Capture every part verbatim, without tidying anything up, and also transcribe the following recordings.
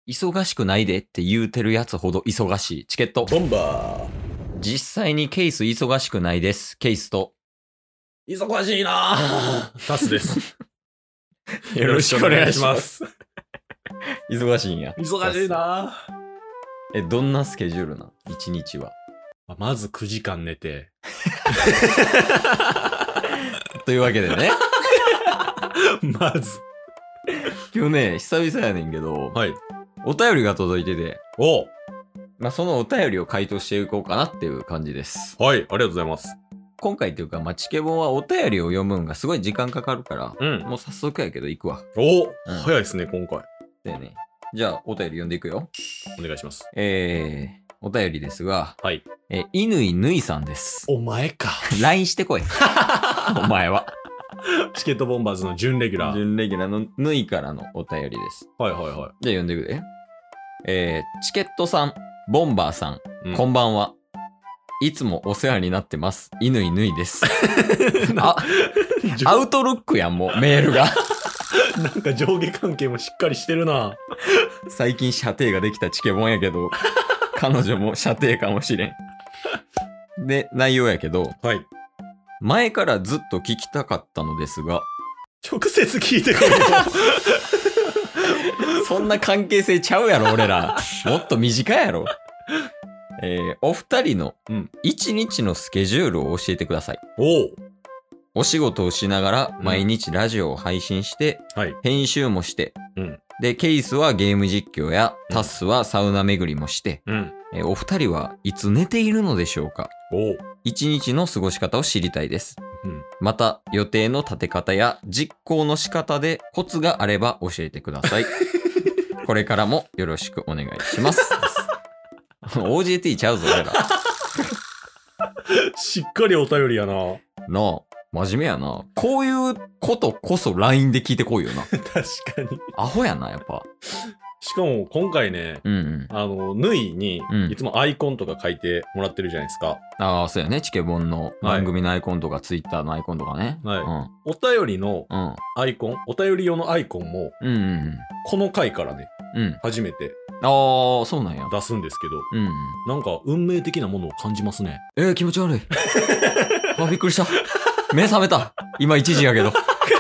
忙しくないでって言うてるやつほど忙しい。チケット。 ボンバー。 実際にケース忙しくないです。ケースと。 忙しいなぁ。タスです。 よろしくお願いします。忙しいんや。 忙しいなぁ。 え、どんなスケジュールなん一日は。 まずくじかん寝て。 というわけでね。 まず。 今日ね、久々やねんけど、 はい。 お便りが届いてて、 おまあ、そのお便りを回答していこうかなっていう感じです。 はい、ありがとうございます。 今回っていうか、まあ、チケボンはお便りを読むんがすごい時間かかるから、 うん。 もう早速やけど行くわ。 お、 うん、 早いですね、今回。 だよね。じゃあ、お便り読んでいくよ。 お願いします。 えー、お便りですが、 はい。 えー、いぬいぬいさんです。 お前か。 ライン してこい。お前は。 チケットボンバーズの準レギュラー。 準レギュラーのぬいからのお便りです。 はいはいはい。 じゃあ読んでいくで。えー、チケットさん、ボンバーさん、 うん、 こんばんは。いつもお世話になってます。いぬいぬいです。あ、アウトロックやん、もう、メールが。 なんか上下関係もしっかりしてるな。 最近射程ができたチケボンやけど、彼女も射程かもしれん。で、内容やけど、 はい。 前からずっと聞きたかったのですが、 直接聞いてくれよ。 そんな関係性ちゃうやろ、俺ら。もっと短いやろ。えー、お二人の一日のスケジュールを教えてください。 おう。 お仕事をしながら毎日ラジオを配信して、 はい、 編集もして、 うん、 で、ケイスはゲーム実況や、タスはサウナ巡りもして、 うんえー、お二人はいつ寝ているのでしょうか？ おう。 一日の過ごし方を知りたいです。 うん、また、予定の立て方や実行の仕方でコツがあれば教えてください。これからもよろしくお願いします。オージェーティー ちゃうぞ、俺ら。 しっかりお便りやな。 なあ、真面目やな。こういうことこそ ライン で聞いてこいよな。 確かに。 アホやな、やっぱ。 しかも今回ね、 うんうん、 あの、ぬいにいつもアイコンとか書いてもらってるじゃないですか。 うん、ああ、そうやね。チケボンの番組のアイコンとか、はい、ツイッターのアイコンとかね。 はい。 うん、 お便りのアイコン、うん、お便り用のアイコンも、 うんうんうん、この回からね、うん、初めて。 ああ、そうなんや。 出すんですけど、 うん、 なんか運命的なものを感じますね。 えー、気持ち悪い。あ、びっくりした。目覚めた。今いちじやけど。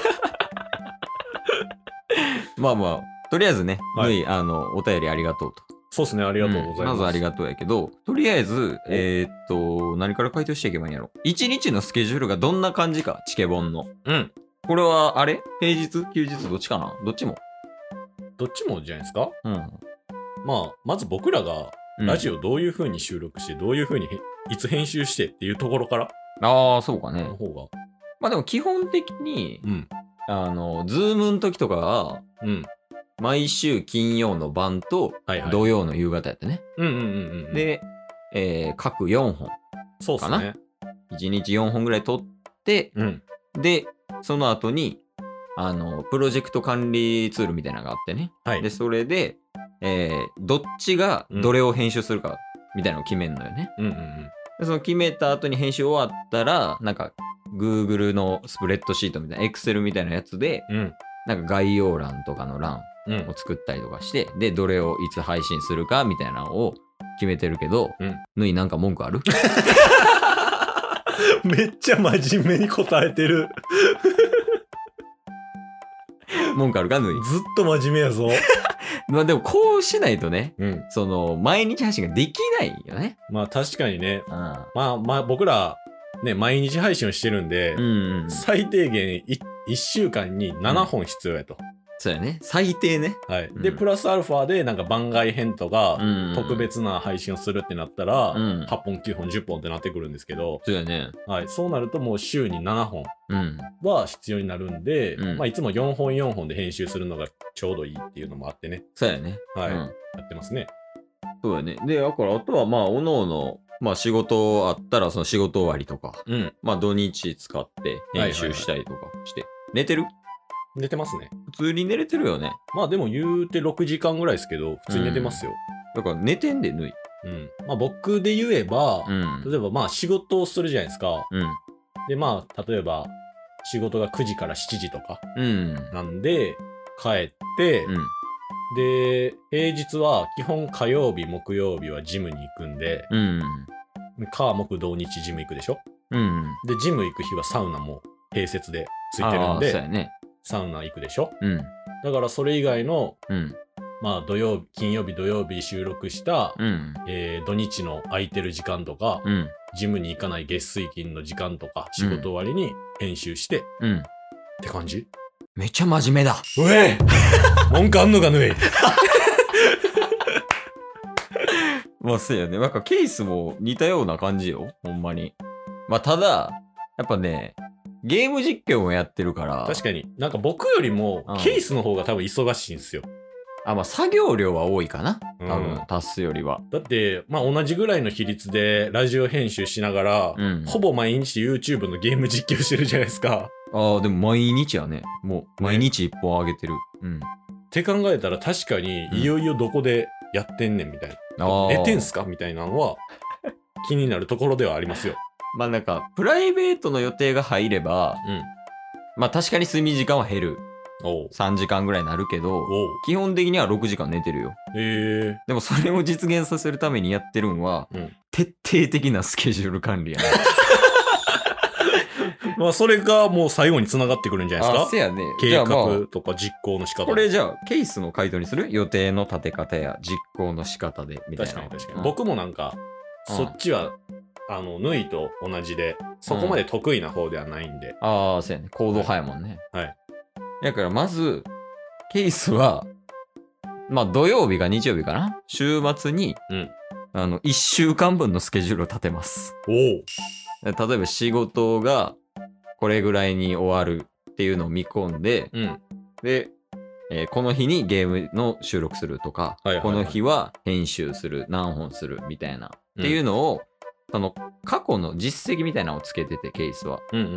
まあまあ、とりあえずね、はい、あの、お便りありがとうと。 そうですね、ありがとうございます。うん、 まずありがとうやけど、とりあえず、えー、っと、何から回答していけばいいんやろ。一日のスケジュールがどんな感じか、チケボンの。 うん。 これは、あれ平日休日どっちかなどっちもどっちもじゃないですか。 うん。 まあ、まず僕らが、ラジオどういう風に収録して、うん、どういう風にいつ編集してっていうところから。 ああ、そうかね。 の方が。 まあでも基本的に、 うん、 あの、ズームの時とかは、 うん、 毎週金曜の晩と土曜の夕方やってね。 うんうんうんうん。 で、えー、各よんほんかな。 そうですね。 いちにちよんほんぐらい撮って、 うん、 で、その後に、あの、プロジェクト管理ツールみたいなのがあってね。 はい、 で、それで、えー、どっちがどれを編集するかみたいなのを決めるのよね。 うんうんうん、 でその決めた後に編集終わったら、なんか、Google のスプレッドシートみたいな、Excel みたいなやつで、 うん、 なんか概要欄とかの欄を作ったりとかして、うん、で、どれをいつ配信するかみたいなのを決めてるけど、 うん、 ぬいなんか文句ある？ めっちゃ真面目に答えてる。 文句あるかぬい？ ずっと真面目やぞ。 まあでもこうしないとね、 うん、 その毎日配信ができないよね。 まあ確かにね、 うん、 まあまあ僕らね毎日配信をしてるんで、 うんうん、 最低限 い, いっしゅうかんにななほん必要やと。うん、 そうやね。最低ね。 はい。うん、でプラスアルファでなんか番外編とか、うんうん、特別な配信をするってなったら、うん、はっぽんきゅうほんじゅっぽんってなってくるんですけど、 そうやね。 はい。そうなるともう週にななほんは必要になるんで、うん、まあいつもよんほんよんほんで編集するのがちょうどいいっていうのもあってね。 そうやね。 はい。 うん、 やってますね。 そうやね。で、だからあとはまあおのおのまあ仕事あったらその仕事終わりとか、うん、まあ土日使って編集したりとかして、はいはいはい、寝てる？ 寝てますね。 普通に寝れてるよね。 まあでも言うてろくじかんぐらいですけど、普通に寝てますよ。 うん、だから寝てんでぬい。 うん。まあ僕で言えば、うん、例えばまあ仕事をするじゃないですか。うん、でまあ例えば仕事がくじからしちじとかなんで、うん、帰って、うん、 で、平日は基本火曜日、木曜日はジムに行くんで、 うん。 火、木、土日ジム行くでしょ。 うん。 で、ジム行く日はサウナも併設でついてるんで、 そうやね、 サウナ行くでしょ。 うん。 だからそれ以外の、 うん。 まあ土曜日、金曜日、土曜日収録した、 うん。 えー、土日の空いてる時間とか、 うん。 ジムに行かない月水金の時間とか、仕事終わりに編集して、 うん。 って感じ。 めっちゃ真面目だ。 うえ文句あんのかぬい。 まあそうやね。なんかケースも似たような感じよ。ほんまに。まあただ、やっぱね、ゲーム実況もやってるから。 確かに。なんか僕よりも、ケースの方が多分忙しいんですよ。 あ、まあ作業量は多いかな。多分、 うん、 タスよりは。 だって、まあ同じぐらいの比率でラジオ編集しながら、うん、ほぼ毎日 YouTube のゲーム実況してるじゃないですか。 ああ、でも毎日やね。もう毎日一本上げてる。うん。 って考えたら確かに、いよいよどこでやってんねんみたいな。うん、寝てんすかみたいなのは気になるところではありますよ。 まあなんか、プライベートの予定が入れば、うん、まあ確かに睡眠時間は減る。さんじかんぐらいになるけど、基本的にはろくじかん寝てるよ。 へえ。 でもそれを実現させるためにやってるんは、うん、徹底的なスケジュール管理やね。 まあそれがもう最後に繋がってくるんじゃないですか。 あ、せやね。 計画とか実行の仕方。 これじゃあケースの回答にする？予定の立て方や実行の仕方でみたいな。 確かに確かに。うん、僕もなんか、うん、そっちは、あの、縫いと同じで、そこまで得意な方ではないんで。 うん、ああ、そうやね。行動派やもんね。 はい。はいだからまず、ケースは、まあ土曜日か日曜日かな週末に、うん、あの、いっしゅうかんぶんのスケジュールを立てます。 おお。例えば仕事がこれぐらいに終わるっていうのを見込んで、うん、で、えー、この日にゲームの収録するとか、はいはいはい、この日は編集する、何本するみたいな、っていうのを、その過去の実績みたいなのをつけてて、ケースは。 うんうんうんうん、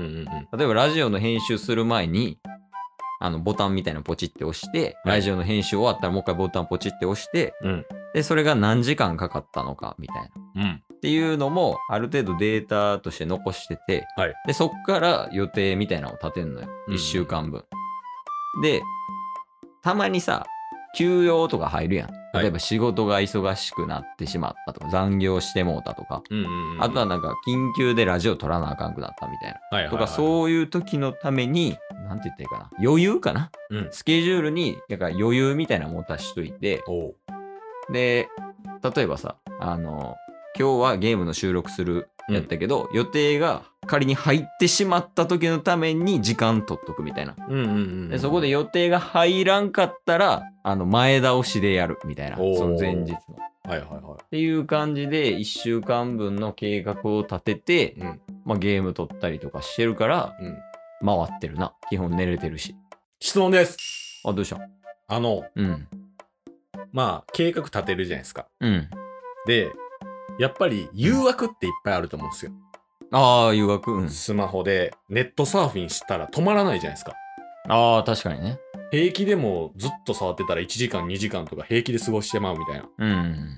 例えばラジオの編集する前に、あのボタンみたいなのポチって押して、ラジオの編集終わったらもう一回ボタンポチって押して、うん、で、それが何時間かかったのかみたいな、うん。っていうのもある程度データとして残してて、はい、で、そっから予定みたいなのを立てんのよ。いっしゅうかんぶん。うん、で、たまにさ、休養とか入るやん。例えば仕事が忙しくなってしまったとか、残業してもうたとか、うんうんうん、あとはなんか緊急でラジオ撮らなあかんくなったみたいな。はいはいはい、とか、そういう時のために、なんて言ったらいいかな。余裕かな、うん、スケジュールに、だから余裕みたいなの持たしといて、で、例えばさ、あの、今日はゲームの収録するやったけど、うん、予定が仮に入ってしまった時のために時間取っとくみたいな。うんうんうんうん、でそこで予定が入らんかったら、あの、前倒しでやるみたいな。その前日の。 はいはいはい。 っていう感じでいっしゅうかんぶんの計画を立てて、うん、まあゲーム撮ったりとかしてるから、うん、回ってるな。基本寝れてるし。 質問です。 あ、どうした？ あの、うん。まあ、計画立てるじゃないですか。うん。で、やっぱり誘惑っていっぱいあると思うんですよ。 ああ、誘惑、うん。 スマホでネットサーフィンしたら止まらないじゃないですか。 ああ、確かにね。 平気でもずっと触ってたらいちじかんにじかんとか平気で過ごしてまうみたいな。うん。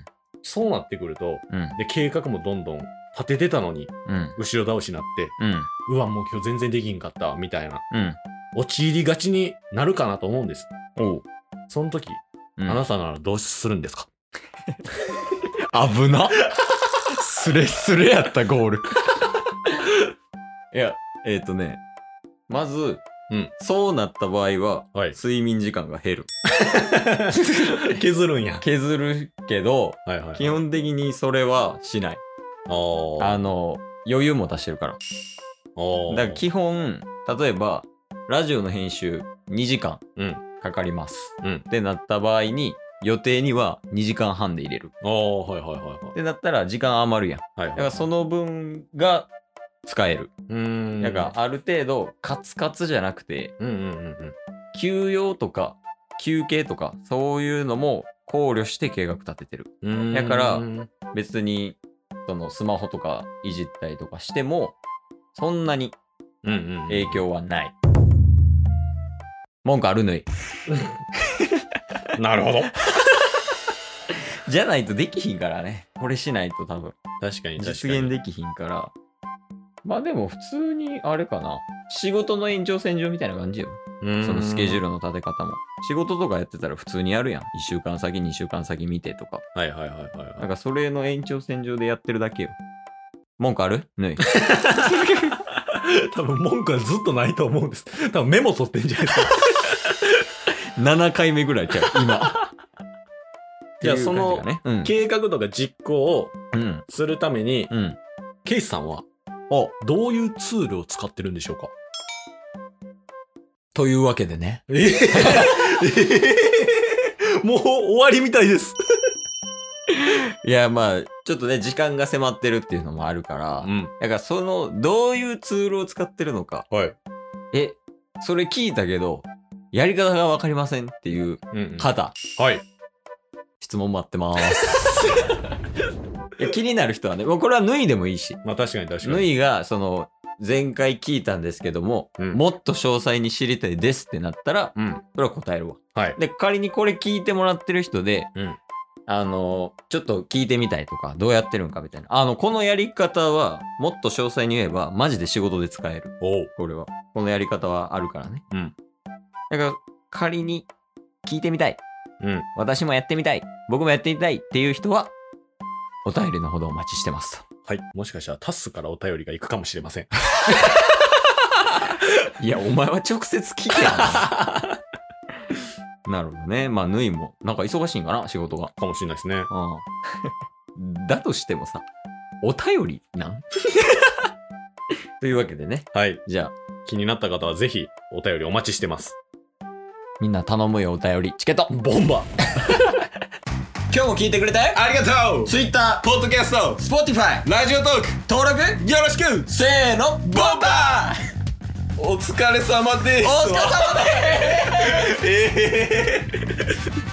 そうなってくると、うん、で、計画もどんどん立ててたのに、うん、後ろ倒しになって、うん、うわ、もう今日全然できんかった、みたいな。うん、陥りがちになるかなと思うんです。おう。その時、うん、あなたならどうするんですか？ 危な。スレスレやったゴール。いや、えっ、ー、とね、まず、うん、そうなった場合は、はい、睡眠時間が減る。 削るんや。 削るけど、はいはいはい、基本的にそれはしない。あの、余裕も出してるから。だから基本、例えば、ラジオの編集にじかんかかります。うん、ってなった場合に、予定にはにじかんはんで入れる。 ああ、はいはいはいはい。 ってなったら時間余るやん。はいはいはい、だからその分が使える。うーん。だからある程度カツカツじゃなくて、うんうんうんうん、休養とか休憩とかそういうのも考慮して計画立ててる。だから別にそのスマホとかいじったりとかしてもそんなに影響はない。うんうんうん、文句あるぬい。 なるほど。 じゃないとできひんからね。これしないと多分。 確かに確かに。 実現できひんから。まあでも普通にあれかな。仕事の延長線上みたいな感じよ。 うそのスケジュールの立て方も。仕事とかやってたら普通にやるやん。いっしゅうかん先、にしゅうかん先見てとか。 はいはいはいはい、はい。 なんかそれの延長線上でやってるだけよ。文句ある？ぬい。 多分文句はずっとないと思うんです。多分メモ取ってんじゃないですか。 ななかいめぐらいちゃう、今。 いや、その、うん、計画とか実行をするために、うん、ケイスさんは、どういうツールを使ってるんでしょうか？ というわけでね。えー、 もう終わりみたいです。 いや、まあ、ちょっとね、時間が迫ってるっていうのもあるから、うん、だからその、どういうツールを使ってるのか。はい。え、それ聞いたけど、やり方がわかりませんっていう方。うんうん、はい。質問待ってまーす。いや、気になる人はね、もうこれは脱いでもいいし。 まあ確かに確かに。 脱いが、その、前回聞いたんですけども、うん、もっと詳細に知りたいですってなったら、うん、それは答えるわ。はい。で、仮にこれ聞いてもらってる人で、うん、あの、ちょっと聞いてみたいとか、どうやってるんかみたいな。あの、このやり方は、もっと詳細に言えば、マジで仕事で使える。おう。これは。このやり方はあるからね。うん。だから、仮に聞いてみたい。うん。私もやってみたい。僕もやってみたいっていう人は、お便りのほどお待ちしてますと。 はい。もしかしたらタッスからお便りが行くかもしれません。 いや、お前は直接聞けやな。なるほどね。まあ、ヌイも、なんか忙しいんかな、仕事が。 かもしれないですね。 うん。だとしてもさ、お便りなんというわけでね。 はい。じゃあ、気になった方はぜひお便りお待ちしてます。 みんな頼むよ、お便り。チケットボンバー今日も聞いてくれてありがとう。 Twitter、 ポッドキャスト、 Spotify、 ラジオトーク登録よろしく。 せーの、ボンバー。お疲れ様です。 お疲れ様です。 えー